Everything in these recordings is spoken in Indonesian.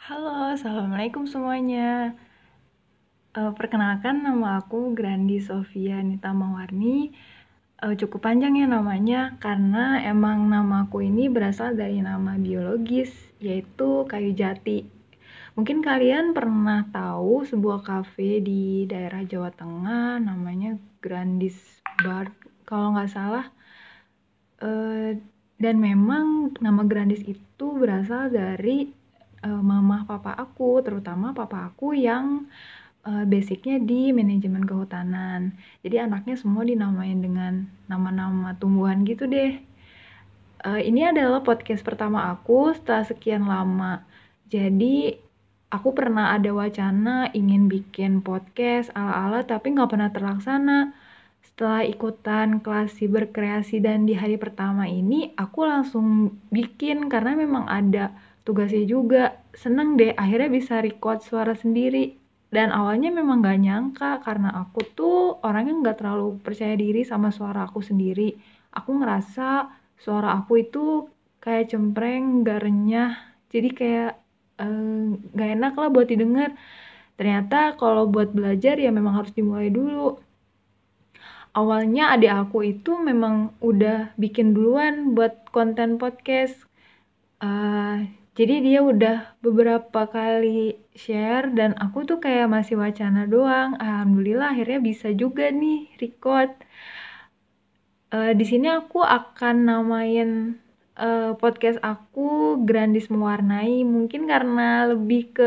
Halo, assalamualaikum semuanya. Perkenalkan, nama aku Grandi Sofia Nita Mawarni. Cukup panjang ya namanya, karena emang nama aku ini berasal dari nama biologis, yaitu kayu jati. Mungkin kalian pernah tahu sebuah kafe di daerah Jawa Tengah, namanya Grandis Bar, kalau nggak salah. Eh, dan memang nama Grandis itu berasal dari mama papa aku, terutama papa aku yang basicnya di manajemen kehutanan. Jadi anaknya semua dinamain dengan nama-nama tumbuhan gitu deh. Ini adalah podcast pertama aku setelah sekian lama. Jadi aku pernah ada wacana ingin bikin podcast ala-ala tapi nggak pernah terlaksana. Setelah ikutan kelas berkreasi dan di hari pertama ini aku langsung bikin karena memang ada tugasnya juga. Seneng deh akhirnya bisa record suara sendiri. Dan awalnya memang gak nyangka karena aku tuh orangnya gak terlalu percaya diri sama suara aku sendiri. Aku ngerasa suara aku itu kayak cempreng, gak renyah. Jadi kayak gak enak lah buat didengar. Ternyata kalau buat belajar ya memang harus dimulai dulu. Awalnya adik aku itu memang udah bikin duluan buat konten podcast. Jadi dia udah beberapa kali share dan aku tuh kayak masih wacana doang. Alhamdulillah akhirnya bisa juga nih record. Di sini aku akan namain podcast aku Grandis Mewarnai. Mungkin karena lebih ke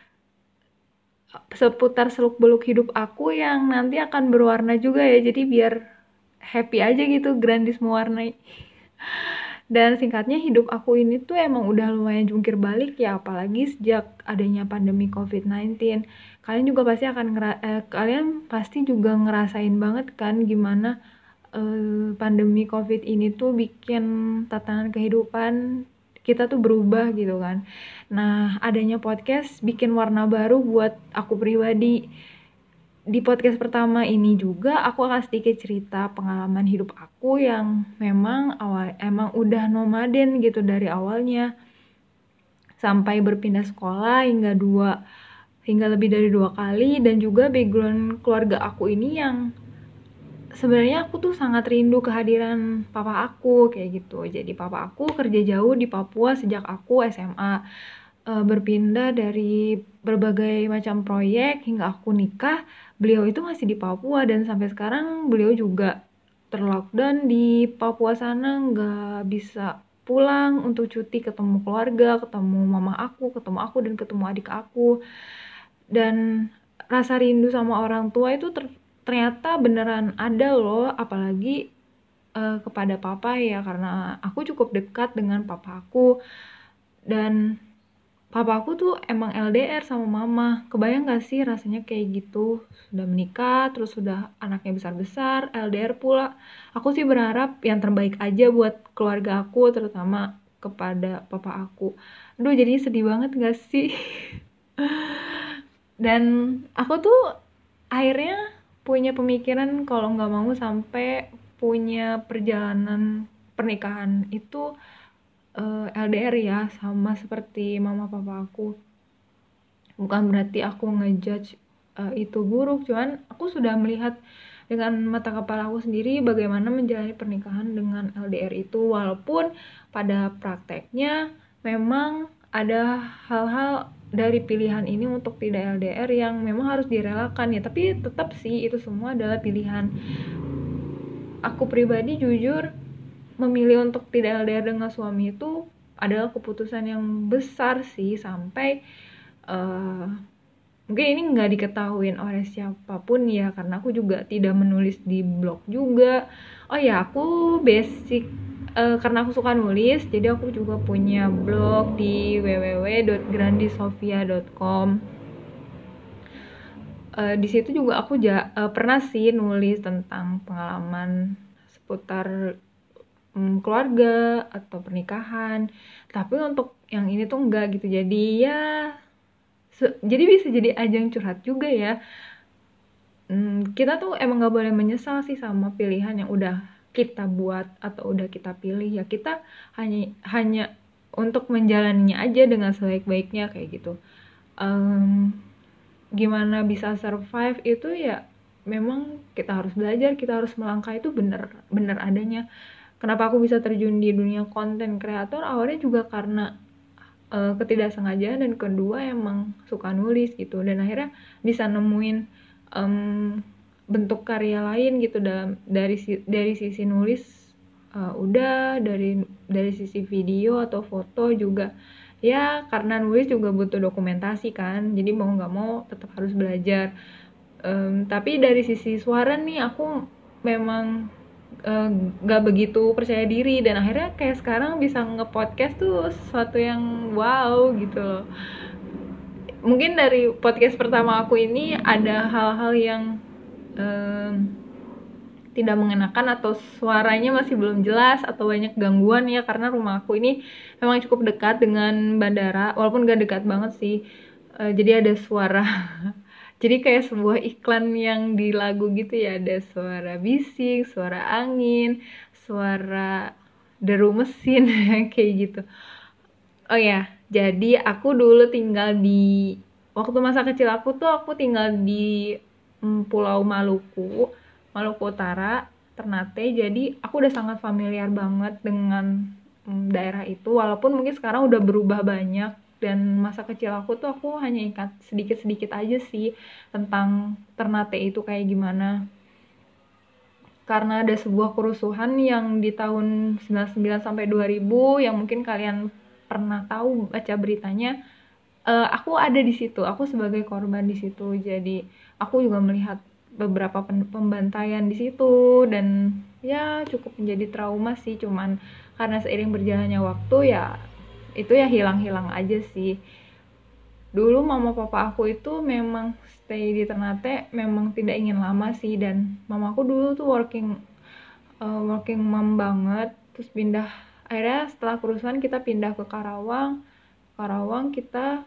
seputar seluk-beluk hidup aku yang nanti akan berwarna juga ya. Jadi biar happy aja gitu Grandis Mewarnai. Dan singkatnya hidup aku ini tuh emang udah lumayan jungkir balik ya, apalagi sejak adanya pandemi COVID-19. Kalian pasti juga ngerasain banget kan gimana pandemi COVID ini tuh bikin tatanan kehidupan kita tuh berubah gitu kan. Nah, adanya podcast bikin warna baru buat aku pribadi. Di podcast pertama ini juga aku akan sedikit cerita pengalaman hidup aku yang memang emang udah nomaden gitu dari awalnya sampai berpindah sekolah hingga lebih dari 2 kali, dan juga background keluarga aku ini yang sebenarnya aku tuh sangat rindu kehadiran papa aku kayak gitu. Jadi papa aku kerja jauh di Papua sejak aku SMA, berpindah dari berbagai macam proyek hingga aku nikah. Beliau itu masih di Papua dan sampai sekarang beliau juga terlockdown di Papua sana, nggak bisa pulang untuk cuti ketemu keluarga, ketemu mama aku, ketemu aku dan ketemu adik aku. Dan rasa rindu sama orang tua itu ternyata beneran ada loh, apalagi kepada papa ya, karena aku cukup dekat dengan papa aku. Dan papa aku tuh emang LDR sama mama. Kebayang gak sih rasanya kayak gitu? Sudah menikah, terus sudah anaknya besar-besar, LDR pula. Aku sih berharap yang terbaik aja buat keluarga aku, terutama kepada papa aku. Aduh, jadi sedih banget gak sih? Dan aku tuh akhirnya punya pemikiran kalau nggak mau sampai punya perjalanan pernikahan itu LDR ya, sama seperti mama papa aku. Bukan berarti aku ngejudge itu buruk, cuman aku sudah melihat dengan mata kepala aku sendiri bagaimana menjalani pernikahan dengan LDR itu, walaupun pada prakteknya memang ada hal-hal dari pilihan ini untuk tidak LDR yang memang harus direlakan ya, tapi tetap sih itu semua adalah pilihan. Aku pribadi jujur memilih untuk tidak LDR dengan suami itu adalah keputusan yang besar sih, sampai uh, mungkin ini nggak diketahuin oleh siapapun ya, karena aku juga tidak menulis di blog juga. Oh ya, aku basic karena aku suka nulis, jadi aku juga punya blog di www.grandisofia.com. Di situ juga aku pernah sih nulis tentang pengalaman seputar keluarga atau pernikahan, tapi untuk yang ini tuh enggak gitu. Jadi ya jadi bisa jadi ajang curhat juga ya. Kita tuh emang nggak boleh menyesal sih sama pilihan yang udah kita buat atau udah kita pilih ya. Kita hanya untuk menjalaninya aja dengan sebaik-baiknya kayak gitu. Gimana bisa survive itu ya memang kita harus belajar, kita harus melangkah, itu bener adanya. Kenapa aku bisa terjun di dunia konten kreator awalnya juga karena ketidaksengajaan, dan kedua emang suka nulis gitu, dan akhirnya bisa nemuin bentuk karya lain gitu dari sisi nulis. Udah dari sisi video atau foto juga ya, karena nulis juga butuh dokumentasi kan, jadi mau nggak mau tetap harus belajar. Tapi dari sisi suara nih aku memang nggak begitu percaya diri, dan akhirnya kayak sekarang bisa nge-podcast tuh sesuatu yang wow gitu loh. Mungkin dari podcast pertama aku ini ada hal-hal yang tidak mengenakan atau suaranya masih belum jelas atau banyak gangguan ya, karena rumah aku ini memang cukup dekat dengan bandara, walaupun gak dekat banget sih. Jadi ada suara jadi kayak sebuah iklan yang di lagu gitu ya, ada suara bising, suara angin, suara deru mesin kayak gitu. Oh ya, jadi aku dulu tinggal di waktu masa kecil aku tuh aku tinggal di Pulau Maluku, Maluku Utara, Ternate. Jadi aku udah sangat familiar banget dengan daerah itu, walaupun mungkin sekarang udah berubah banyak, dan masa kecil aku tuh aku hanya ingat sedikit-sedikit aja sih tentang Ternate itu kayak gimana. Karena ada sebuah kerusuhan yang di tahun 99 sampai 2000 yang mungkin kalian pernah tahu baca beritanya. Aku ada di situ, aku sebagai korban di situ. Jadi aku juga melihat beberapa pembantaian di situ, dan ya cukup menjadi trauma sih. Cuman karena seiring berjalannya waktu ya itu ya hilang-hilang aja sih. Dulu mama papa aku itu memang stay di Ternate memang tidak ingin lama sih, dan mama aku dulu tuh working mom banget, terus pindah. Akhirnya setelah kerusuhan kita pindah ke Karawang kita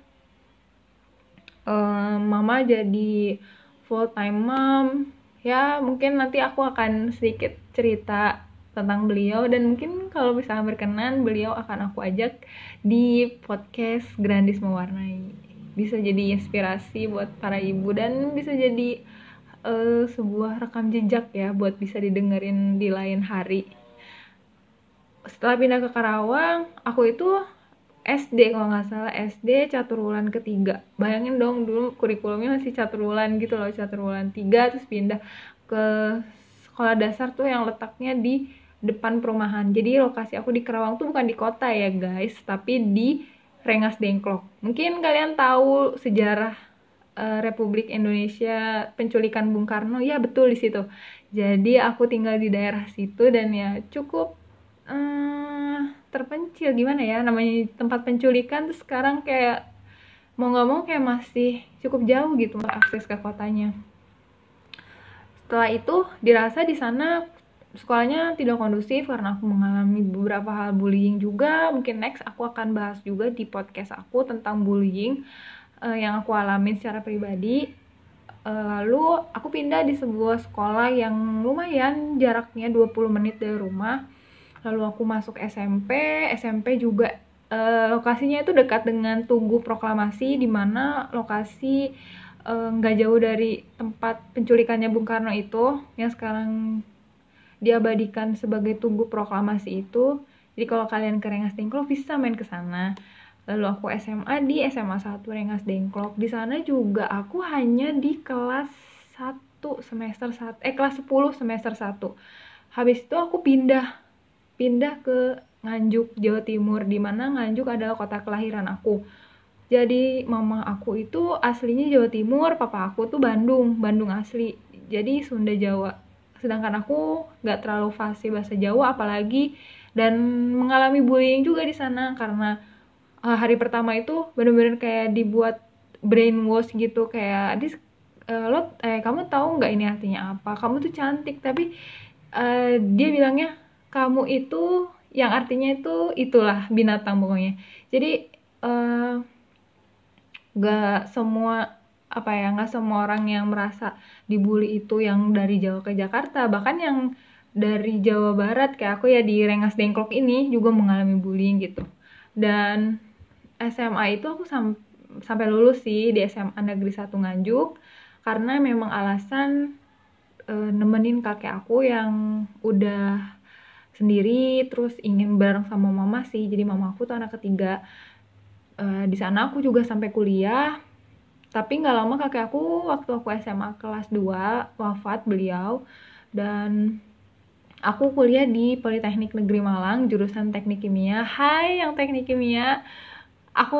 mama jadi full time mom. Ya mungkin nanti aku akan sedikit cerita tentang beliau, dan mungkin kalau misalnya berkenan beliau akan aku ajak di podcast Grandis Mewarnai. Bisa jadi inspirasi buat para ibu, dan bisa jadi sebuah rekam jejak ya buat bisa didengerin di lain hari. Setelah pindah ke Karawang, aku itu SD kalau nggak salah, SD caturwulan ketiga. Bayangin dong, dulu kurikulumnya masih caturwulan gitu loh, caturwulan 3, terus pindah ke sekolah dasar tuh yang letaknya di depan perumahan. Jadi lokasi aku di Karawang tuh bukan di kota ya guys, tapi di Rengas Dengklok. Mungkin kalian tahu sejarah Republik Indonesia, penculikan Bung Karno, ya betul di situ. Jadi aku tinggal di daerah situ, dan ya cukup terpencil, gimana ya, namanya tempat penculikan tuh sekarang kayak mau nggak mau kayak masih cukup jauh gitu untuk akses ke kotanya. Setelah itu dirasa di sana sekolahnya tidak kondusif karena aku mengalami beberapa hal bullying juga. Mungkin next aku akan bahas juga di podcast aku tentang bullying yang aku alami secara pribadi. Lalu aku pindah di sebuah sekolah yang lumayan jaraknya 20 menit dari rumah. Lalu aku masuk SMP juga lokasinya itu dekat dengan Tugu Proklamasi, di mana lokasi nggak jauh dari tempat penculikannya Bung Karno itu, yang sekarang diabadikan sebagai Tugu Proklamasi itu. Jadi kalau kalian ke Rengas Dengklok bisa main ke sana. Lalu aku SMA di SMA 1 Rengas Dengklok. Di sana juga aku hanya di kelas 1 semester 1, kelas 10 semester 1. Habis itu aku pindah ke Nganjuk, Jawa Timur, di mana Nganjuk adalah kota kelahiran aku. Jadi mama aku itu aslinya Jawa Timur, papa aku tuh Bandung asli. Jadi Sunda Jawa. Sedangkan aku nggak terlalu fasih bahasa Jawa apalagi, dan mengalami bullying juga di sana karena hari pertama itu bener-bener kayak dibuat brainwash gitu, kayak kamu tahu nggak ini artinya apa? Kamu tuh cantik, tapi dia bilangnya kamu itu yang artinya itu itulah binatang pokoknya. Jadi nggak semua orang yang merasa dibully itu yang dari Jawa ke Jakarta, bahkan yang dari Jawa Barat kayak aku ya di Rengas Dengklok ini juga mengalami bullying gitu. Dan SMA itu aku sampai lulus sih di SMA Negeri 1 Nganjuk, karena memang alasan nemenin kakek aku yang udah sendiri, terus ingin bareng sama mama sih. Jadi mama aku tuh anak ketiga. Di sana aku juga sampai kuliah, tapi nggak lama kakek aku waktu aku SMA kelas 2 wafat beliau, dan aku kuliah di Politeknik Negeri Malang jurusan Teknik Kimia. Hai yang Teknik Kimia, aku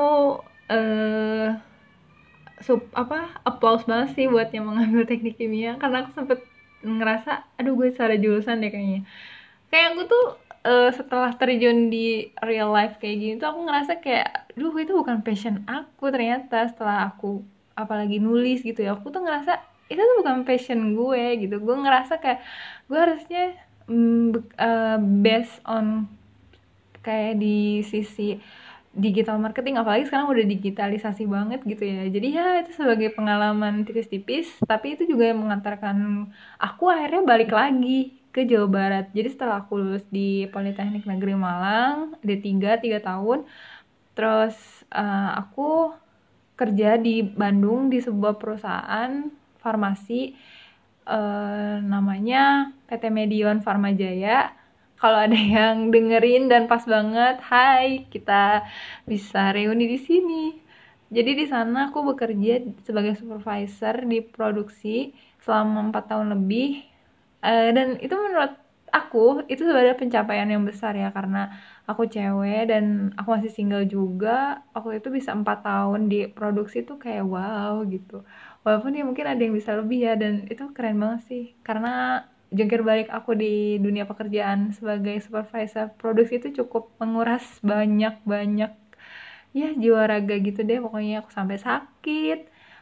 applause banget sih buat yang mengambil Teknik Kimia, karena aku sempet ngerasa aduh gue salah jurusan deh kayaknya. Kayak aku tuh setelah terjun di real life kayak gini tuh aku ngerasa kayak duh itu bukan passion aku ternyata. Setelah aku apalagi nulis gitu ya, aku tuh ngerasa itu tuh bukan passion gue gitu. Gue ngerasa kayak gue harusnya based on kayak di sisi digital marketing, apalagi sekarang udah digitalisasi banget gitu ya. Jadi ya itu sebagai pengalaman tipis-tipis, tapi itu juga yang mengantarkan aku akhirnya balik lagi ke Jawa Barat. Jadi setelah aku lulus di Politeknik Negeri Malang D3 tahun, terus aku kerja di Bandung di sebuah perusahaan farmasi, namanya PT Medion Farmajaya. Kalau ada yang dengerin dan pas banget, hai, kita bisa reuni di sini. Jadi di sana aku bekerja sebagai supervisor di produksi selama 4 tahun lebih. Dan itu menurut aku itu sebenarnya pencapaian yang besar ya, karena aku cewek dan aku masih single juga. Aku itu bisa 4 tahun di produksi tuh kayak wow gitu. Walaupun ya mungkin ada yang bisa lebih ya, dan itu keren banget sih. Karena jungkir balik aku di dunia pekerjaan sebagai supervisor produksi itu cukup menguras banyak ya jiwa raga gitu deh. Pokoknya aku sampai sakit,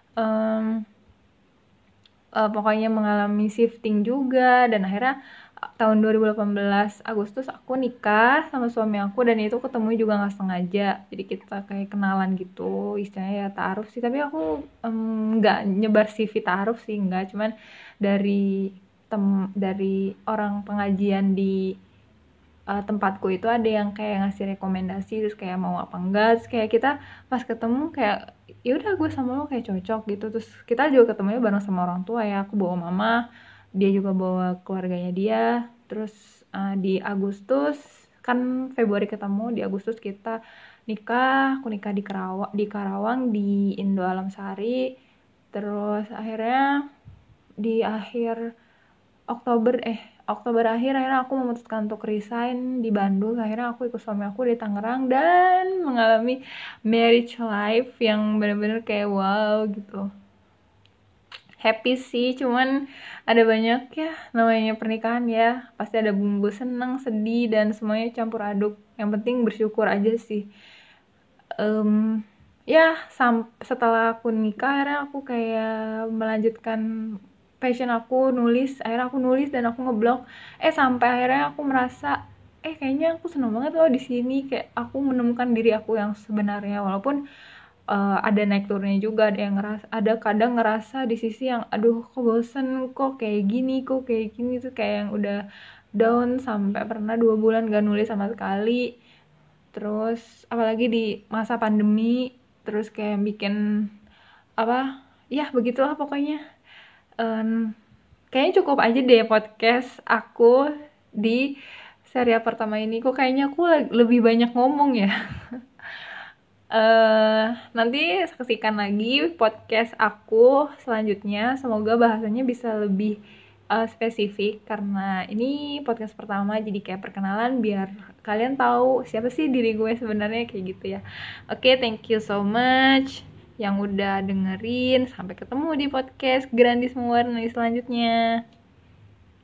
pokoknya mengalami shifting juga, dan akhirnya tahun 2018 Agustus aku nikah sama suami aku, dan itu ketemu juga nggak sengaja. Jadi kita kayak kenalan gitu, istilahnya ya ta'aruf sih, tapi aku nggak nyebar CV ta'aruf sih, nggak, cuman dari orang pengajian di tempatku itu ada yang kayak ngasih rekomendasi, terus kayak mau apa enggak, terus kayak kita pas ketemu kayak ya udah gue sama lo kayak cocok gitu. Terus kita juga ketemunya bareng sama orang tua ya, aku bawa mama, dia juga bawa keluarganya dia. Terus di Agustus, kan Februari ketemu, di Agustus kita nikah. Aku nikah di Karawang di Indo Alam Sari. Terus akhirnya di Oktober akhirnya aku memutuskan untuk resign di Bandung. Akhirnya aku ikut suami aku di Tangerang dan mengalami marriage life yang benar-benar kayak wow gitu. Happy sih, cuman ada banyak ya namanya pernikahan ya, pasti ada bumbu seneng, sedih, dan semuanya campur aduk. Yang penting bersyukur aja sih. Ya setelah aku nikah akhirnya aku kayak melanjutkan passion aku, nulis. Akhirnya aku nulis dan aku ngeblog, sampai akhirnya aku merasa kayaknya aku seneng banget loh di sini. Kayak aku menemukan diri aku yang sebenarnya, walaupun ada naik turunnya juga. Ada kadang ngerasa di sisi yang aduh kok bosen, kok kayak gini tuh, kayak yang udah down sampai pernah 2 bulan gak nulis sama sekali. Terus apalagi di masa pandemi, terus kayak bikin apa ya begitulah pokoknya. Kayaknya cukup aja deh podcast aku di seri pertama ini. Kok kayaknya aku lebih banyak ngomong ya. Nanti saksikan lagi podcast aku selanjutnya. Semoga bahasanya bisa lebih spesifik, karena ini podcast pertama, jadi kayak perkenalan biar kalian tahu siapa sih diri gue sebenarnya, kayak gitu ya. Oke, thank you so much yang udah dengerin. Sampai ketemu di podcast Grandis Mewarnai selanjutnya.